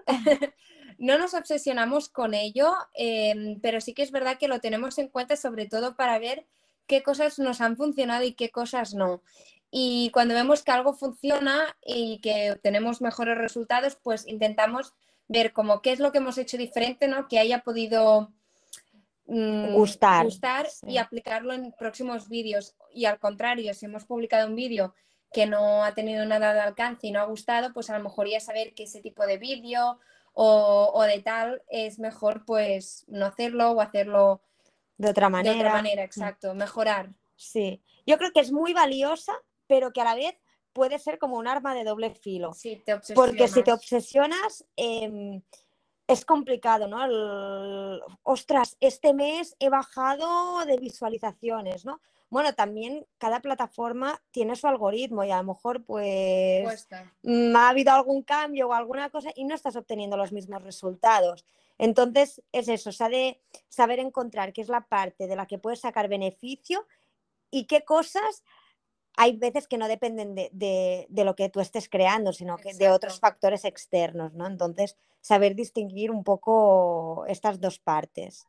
no nos obsesionamos con ello, eh, pero sí que es verdad que lo tenemos en cuenta sobre todo para ver qué cosas nos han funcionado y qué cosas no. Y cuando vemos que algo funciona y que obtenemos mejores resultados, pues intentamos ver como qué es lo que hemos hecho diferente, ¿no? Que haya podido mmm, gustar, gustar sí. Y aplicarlo en próximos vídeos. Y al contrario, si hemos publicado un vídeo que no ha tenido nada de alcance y no ha gustado, pues a lo mejor ya saber que ese tipo de vídeo o, o de tal es mejor pues no hacerlo o hacerlo de otra manera. De otra manera, exacto, mejorar. Sí, yo creo que es muy valiosa, pero que a la vez puede ser como un arma de doble filo. Sí, te porque si te obsesionas, eh, es complicado, ¿no? El, ostras, este mes he bajado de visualizaciones, ¿no? Bueno, también cada plataforma tiene su algoritmo y a lo mejor pues Cuesta. ha habido algún cambio o alguna cosa y no estás obteniendo los mismos resultados. Entonces es eso, saber, saber encontrar qué es la parte de la que puedes sacar beneficio y qué cosas hay veces que no dependen de, de, de lo que tú estés creando, sino que Exacto. de otros factores externos, ¿no? Entonces, saber distinguir un poco estas dos partes.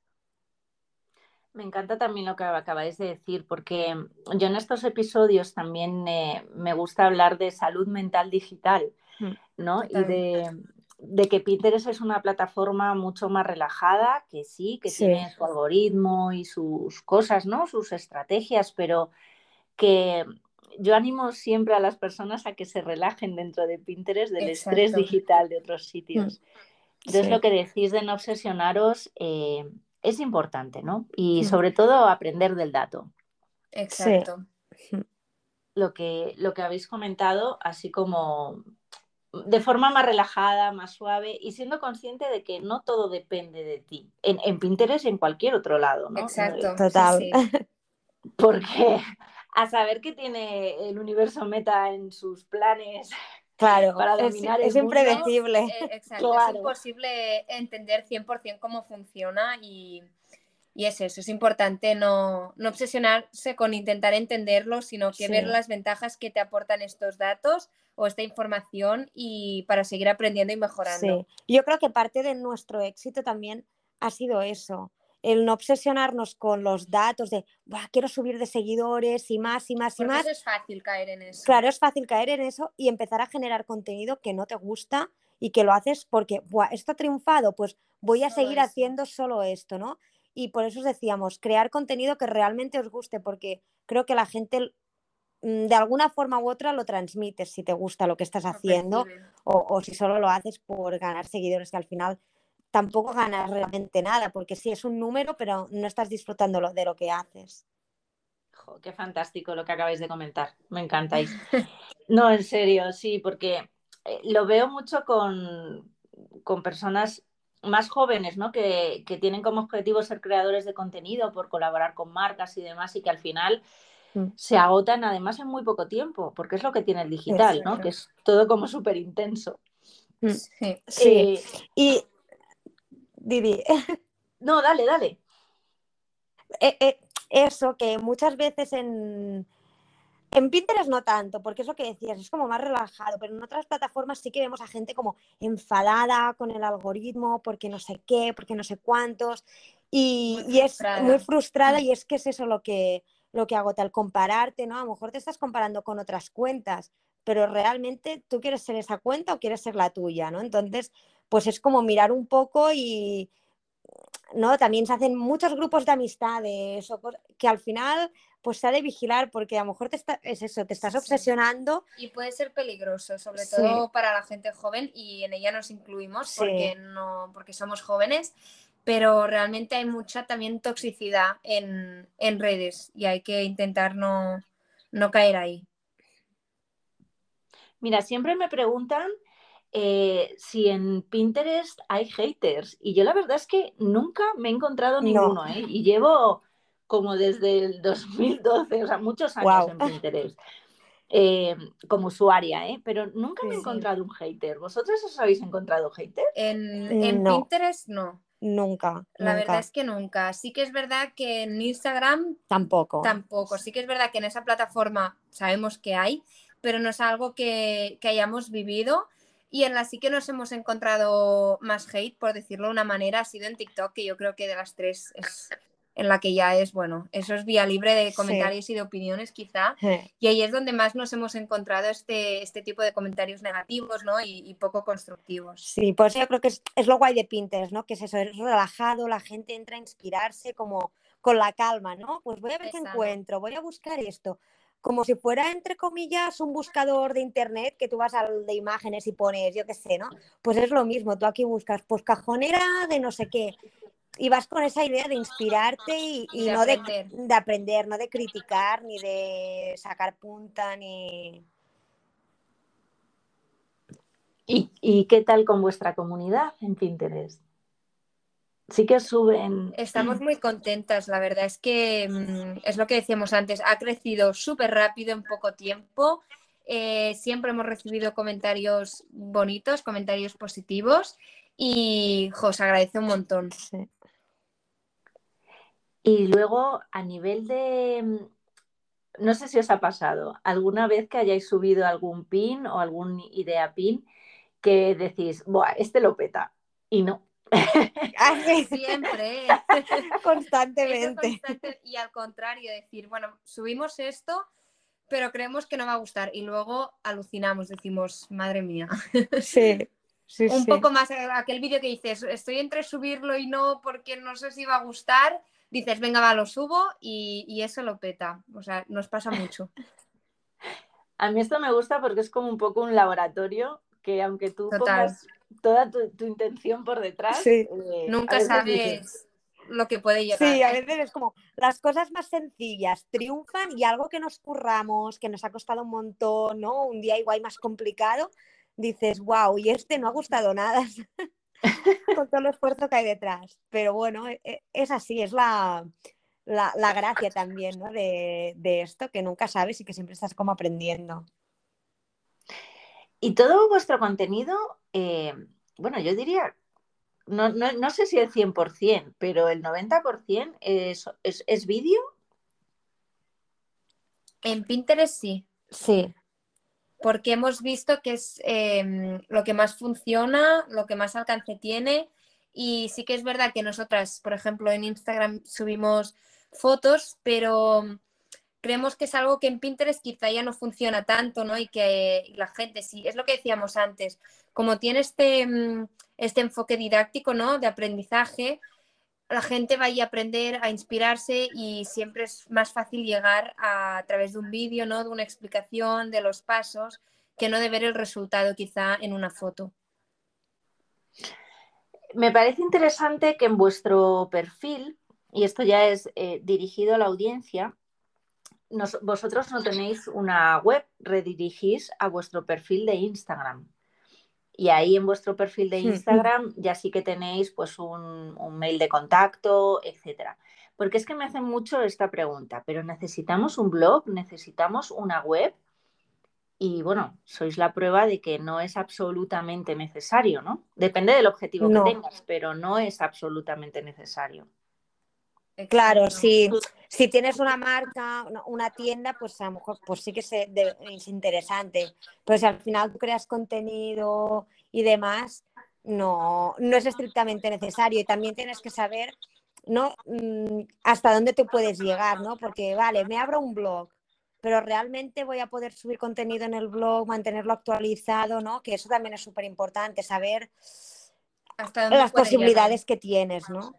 Me encanta también lo que acabáis de decir, porque yo en estos episodios también eh, me gusta hablar de salud mental digital, ¿no? Total. Y de, de que Pinterest es una plataforma mucho más relajada, que sí, que Sí. tiene su algoritmo y sus cosas, ¿no? Sus estrategias, pero que yo animo siempre a las personas a que se relajen dentro de Pinterest del Exacto. estrés digital de otros sitios. Entonces, Sí. lo que decís de no obsesionaros eh, es importante, ¿no? Y sobre todo aprender del dato. Exacto. Sí. Lo que, lo que habéis comentado, así como de forma más relajada, más suave y siendo consciente de que no todo depende de ti, en, en Pinterest y en cualquier otro lado, ¿no? Exacto, Total. sí, sí. Porque a saber qué tiene el universo Meta en sus planes Claro, para es, dominar es el mundo, impredecible. Eh, exacto, es claro. imposible entender cien por ciento cómo funciona y, y es eso, es importante no, no obsesionarse con intentar entenderlo, sino que Sí. ver las ventajas que te aportan estos datos o esta información y para seguir aprendiendo y mejorando. Sí, yo creo que parte de nuestro éxito también ha sido eso, el no obsesionarnos con los datos de, "Buah, quiero subir de seguidores y más y más y Porque más". eso es fácil caer en eso. Claro, es fácil caer en eso y empezar a generar contenido que no te gusta y que lo haces porque, "Buah, esto ha triunfado, pues voy a Solo seguir eso. haciendo solo esto", ¿no? Y por eso os decíamos, crear contenido que realmente os guste, porque creo que la gente mm, de alguna forma u otra lo transmites si te gusta lo que estás Lo haciendo perciben. o, o si solo lo haces por ganar seguidores, que al final tampoco ganas realmente nada, porque sí es un número, pero no estás disfrutando lo- de lo que haces. Jo, qué fantástico lo que acabáis de comentar, me encantáis. No, en serio, sí, porque eh, lo veo mucho con, con personas más jóvenes, ¿no? Que, que tienen como objetivo ser creadores de contenido por colaborar con marcas y demás y que al final Mm. se agotan además en muy poco tiempo, porque es lo que tiene el digital, Eso. ¿no? Que es todo como súper intenso. Mm. Sí. Sí, Eh, y Didi, no, dale, dale. eh, eh, eso que muchas veces en, en Pinterest no tanto, porque es lo que decías, es como más relajado, pero en otras plataformas sí que vemos a gente como enfadada con el algoritmo, porque no sé qué, porque no sé cuántos, y, Muy y es frustrada. muy frustrada y es que es eso lo que, lo que agota, el compararte, ¿no? A lo mejor te estás comparando con otras cuentas, pero realmente tú quieres ser esa cuenta o quieres ser la tuya, ¿no? Entonces, pues es como mirar un poco y, ¿no? También se hacen muchos grupos de amistades o que al final pues se ha de vigilar porque a lo mejor te está, es eso, te estás Sí. obsesionando. Y puede ser peligroso, sobre Sí. todo para la gente joven y en ella nos incluimos Sí. porque, no, porque somos jóvenes, pero realmente hay mucha también toxicidad en, en redes y hay que intentar no, no caer ahí. Mira, siempre me preguntan eh, si en Pinterest hay haters y yo la verdad es que nunca me he encontrado No. ninguno, ¿eh? Y llevo como desde el dos mil doce, o sea, muchos años Wow. en Pinterest eh, como usuaria, ¿eh? Pero nunca me he Sí. encontrado un hater. ¿Vosotros os habéis encontrado haters? En, en No. Pinterest no. Nunca, La nunca. verdad es que nunca. Sí que es verdad que en Instagram Tampoco. tampoco. Sí que es verdad que en esa plataforma sabemos que hay, pero no es algo que, que hayamos vivido. Y en la sí que nos hemos encontrado más hate, por decirlo de una manera, ha sido en TikTok, que yo creo que de las tres es en la que ya es, bueno, eso es vía libre de comentarios Sí. y de opiniones quizá. Sí. Y ahí es donde más nos hemos encontrado este, este tipo de comentarios negativos, ¿no? Y, y poco constructivos. Sí, por eso yo creo que es, es lo guay de Pinterest, ¿no? Que es eso, es relajado, la gente entra a inspirarse como con la calma, ¿no? Pues voy a ver qué Exacto. encuentro, voy a buscar esto. Como si fuera, entre comillas, un buscador de internet que tú vas al de imágenes y pones, yo qué sé, ¿no? Pues es lo mismo, tú aquí buscas, pues cajonera de no sé qué, y vas con esa idea de inspirarte y, Y y de no de, aprender. de aprender, no de criticar, ni de sacar punta, ni... ¿Y, y qué tal con vuestra comunidad en Pinterest? Sí que suben. Estamos muy contentas, la verdad es que mmm, es lo que decíamos antes, ha crecido súper rápido en poco tiempo, eh, siempre hemos recibido comentarios bonitos, comentarios positivos y jo, os agradece un montón. Sí. Y luego, a nivel de, no sé si os ha pasado, alguna vez que hayáis subido algún pin o algún idea pin que decís, buah, este lo peta, y no. Así. Siempre. Constantemente. Eso constante, y al contrario, decir, bueno, subimos esto, pero creemos que no va a gustar y luego alucinamos, decimos, madre mía. Sí, sí, Un sí. poco más, aquel vídeo que dices, estoy entre subirlo y no porque no sé si va a gustar, dices, venga, va, lo subo y, y eso lo peta. O sea, nos pasa mucho. A mí esto me gusta porque es como un poco un laboratorio que aunque tú Total. pongas toda tu, tu intención por detrás, Sí. eh, a Nunca veces dices, sabes lo que puede llegar. Sí, a veces es como las cosas más sencillas triunfan y algo que nos curramos, que nos ha costado un montón, ¿no? Un día igual más complicado, dices, wow, y este no ha gustado nada con todo el esfuerzo que hay detrás. Pero bueno, e- e- es así, es la, la, la gracia también, ¿no? de, de esto, que nunca sabes y que siempre estás como aprendiendo. Y todo vuestro contenido, eh, bueno, yo diría, no, no, no sé si el cien por ciento, pero el noventa por ciento es, es, es vídeo. En Pinterest sí, Sí. porque hemos visto que es eh, lo que más funciona, lo que más alcance tiene. Y sí que es verdad que nosotras, por ejemplo, en Instagram subimos fotos, pero creemos que es algo que en Pinterest quizá ya no funciona tanto, ¿no? Y que la gente, sí, es lo que decíamos antes, como tiene este, mm, este enfoque didáctico, ¿no? De aprendizaje, la gente va a aprender a inspirarse y siempre es más fácil llegar a, a través de un vídeo, ¿no? De una explicación de los pasos, que no de ver el resultado quizá en una foto. Me parece interesante que en vuestro perfil, y esto ya es eh, dirigido a la audiencia, nos, vosotros no tenéis una web, redirigís a vuestro perfil de Instagram. Y ahí en vuestro perfil de Instagram ya sí que tenéis pues un, un mail de contacto, etcétera. Porque es que me hacen mucho esta pregunta, pero ¿necesitamos un blog? ¿Necesitamos una web? Y bueno, sois la prueba de que no es absolutamente necesario, ¿no? Depende del objetivo que No, tengas, pero no es absolutamente necesario. claro, Exacto. si, si tienes una marca, una, una tienda, pues a lo mejor pues sí que se, de- es interesante. Pero si al final tú creas contenido y demás, no, no es estrictamente necesario. Y también tienes que saber, ¿no? Mm, hasta dónde te puedes llegar, ¿no? Porque, vale, me abro un blog, pero realmente voy a poder subir contenido en el blog, mantenerlo actualizado, ¿no? Que eso también es súper importante, saber ¿Hasta dónde las puede llegar? posibilidades que tienes, ¿no?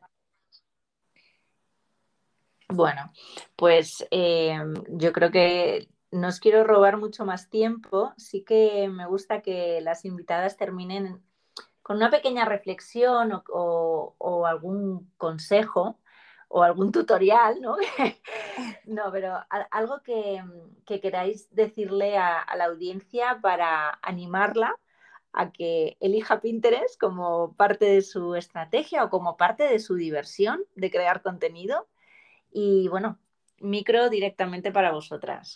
Bueno, pues eh, yo creo que no os quiero robar mucho más tiempo. Sí que me gusta que las invitadas terminen con una pequeña reflexión o, o- o algún consejo o algún tutorial, ¿no? No, pero a- algo que, que queráis decirle a, a la audiencia para animarla a que elija Pinterest como parte de su estrategia o como parte de su diversión de crear contenido. Y bueno, micro directamente para vosotras.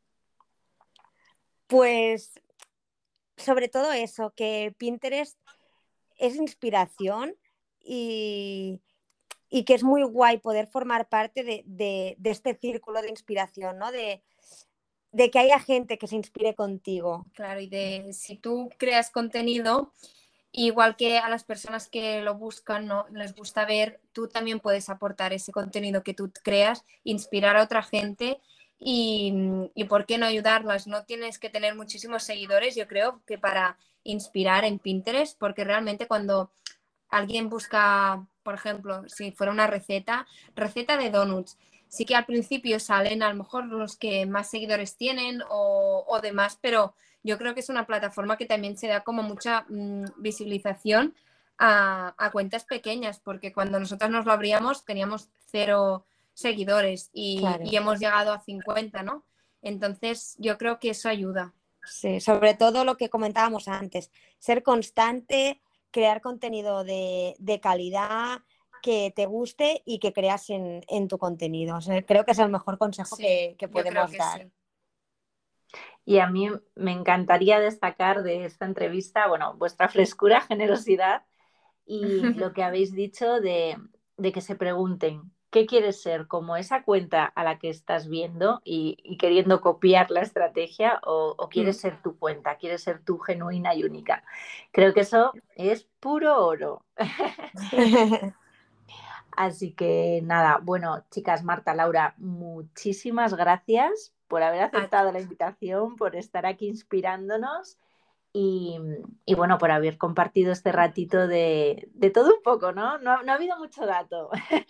Pues sobre todo eso, que Pinterest es inspiración y, y que es muy guay poder formar parte de, de, de este círculo de inspiración, ¿no? De, de que haya gente que se inspire contigo. Claro, y de si tú creas contenido, igual que a las personas que lo buscan, ¿no? Les gusta ver, tú también puedes aportar ese contenido que tú creas, inspirar a otra gente y, y por qué no ayudarlas. No tienes que tener muchísimos seguidores, yo creo, que para inspirar en Pinterest, porque realmente cuando alguien busca, por ejemplo, si fuera una receta, receta de donuts, sí que al principio salen a lo mejor los que más seguidores tienen o, o demás, pero yo creo que es una plataforma que también se da como mucha mmm, visibilización a, a, cuentas pequeñas, porque cuando nosotros nos lo abríamos teníamos cero seguidores y, Claro. y hemos llegado a cincuenta, ¿no? Entonces yo creo que eso ayuda. Sí, sobre todo lo que comentábamos antes, ser constante, crear contenido de, de calidad, que te guste y que creas en, en tu contenido. O sea, creo que es el mejor consejo Sí, que, que yo creo podemos que dar. sí. Y a mí me encantaría destacar de esta entrevista, bueno, vuestra frescura, generosidad y lo que habéis dicho de, de que se pregunten, ¿qué quieres ser? ¿Como esa cuenta a la que estás viendo y, y queriendo copiar la estrategia o, o quieres ser tu cuenta, quieres ser tú genuina y única? Creo que eso es puro oro. Así que nada, bueno, chicas, Marta, Laura, muchísimas gracias por haber aceptado la invitación, por estar aquí inspirándonos y, y bueno, por haber compartido este ratito de, de todo un poco, ¿no? No, no ha habido mucho dato.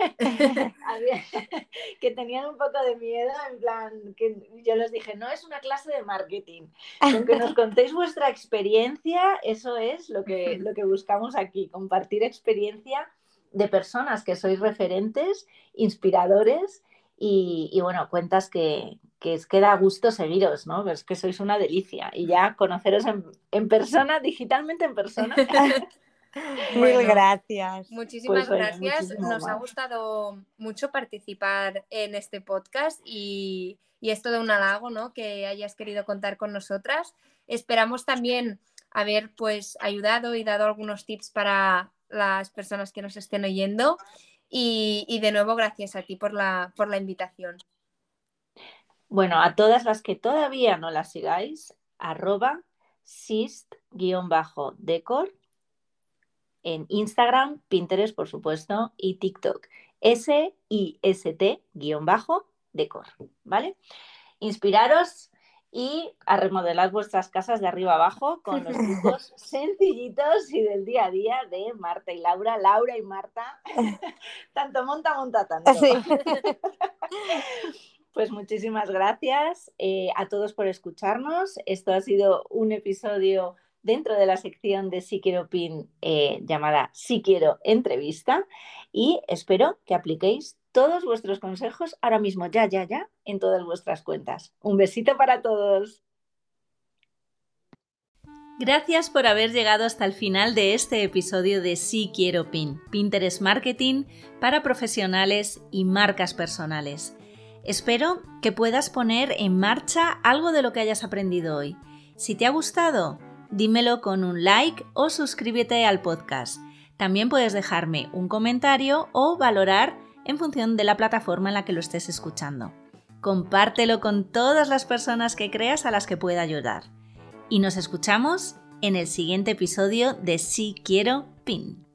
Que tenían un poco de miedo, en plan, que yo les dije, no es una clase de marketing. Con que nos contéis vuestra experiencia, eso es lo que, lo que buscamos aquí, compartir experiencia de personas que sois referentes, inspiradores y, y bueno, cuentas que, que es que da gusto seguiros, ¿no? Es que sois una delicia. Y ya conoceros en, en persona, digitalmente en persona. Mil gracias. Muchísimas Pues, oye, gracias. muchísimo Nos ha más. gustado mucho participar en este podcast y, y es todo un halago, ¿no? Que hayas querido contar con nosotras. Esperamos también haber pues ayudado y dado algunos tips para las personas que nos estén oyendo. Y, y de nuevo, gracias a ti por la, por la invitación. Bueno, a todas las que todavía no las sigáis, arroba sist-decor en Instagram, Pinterest, por supuesto, y TikTok. S I S T-decor, ¿vale? Inspiraros y a remodelar vuestras casas de arriba abajo con los trucos sencillitos y del día a día de Marta y Laura, Laura y Marta. Tanto monta, monta tanto. Sí. Pues muchísimas gracias eh, a todos por escucharnos. Esto ha sido un episodio dentro de la sección de Sí Quiero Pin eh, llamada Sí Quiero Entrevista y espero que apliquéis todos vuestros consejos ahora mismo, ya, ya, ya, en todas vuestras cuentas. Un besito para todos. Gracias por haber llegado hasta el final de este episodio de Sí Quiero Pin, Pinterest Marketing para profesionales y marcas personales. Espero que puedas poner en marcha algo de lo que hayas aprendido hoy. Si te ha gustado, dímelo con un like o suscríbete al podcast. También puedes dejarme un comentario o valorar en función de la plataforma en la que lo estés escuchando. Compártelo con todas las personas que creas a las que pueda ayudar. Y nos escuchamos en el siguiente episodio de Sí Quiero Pin.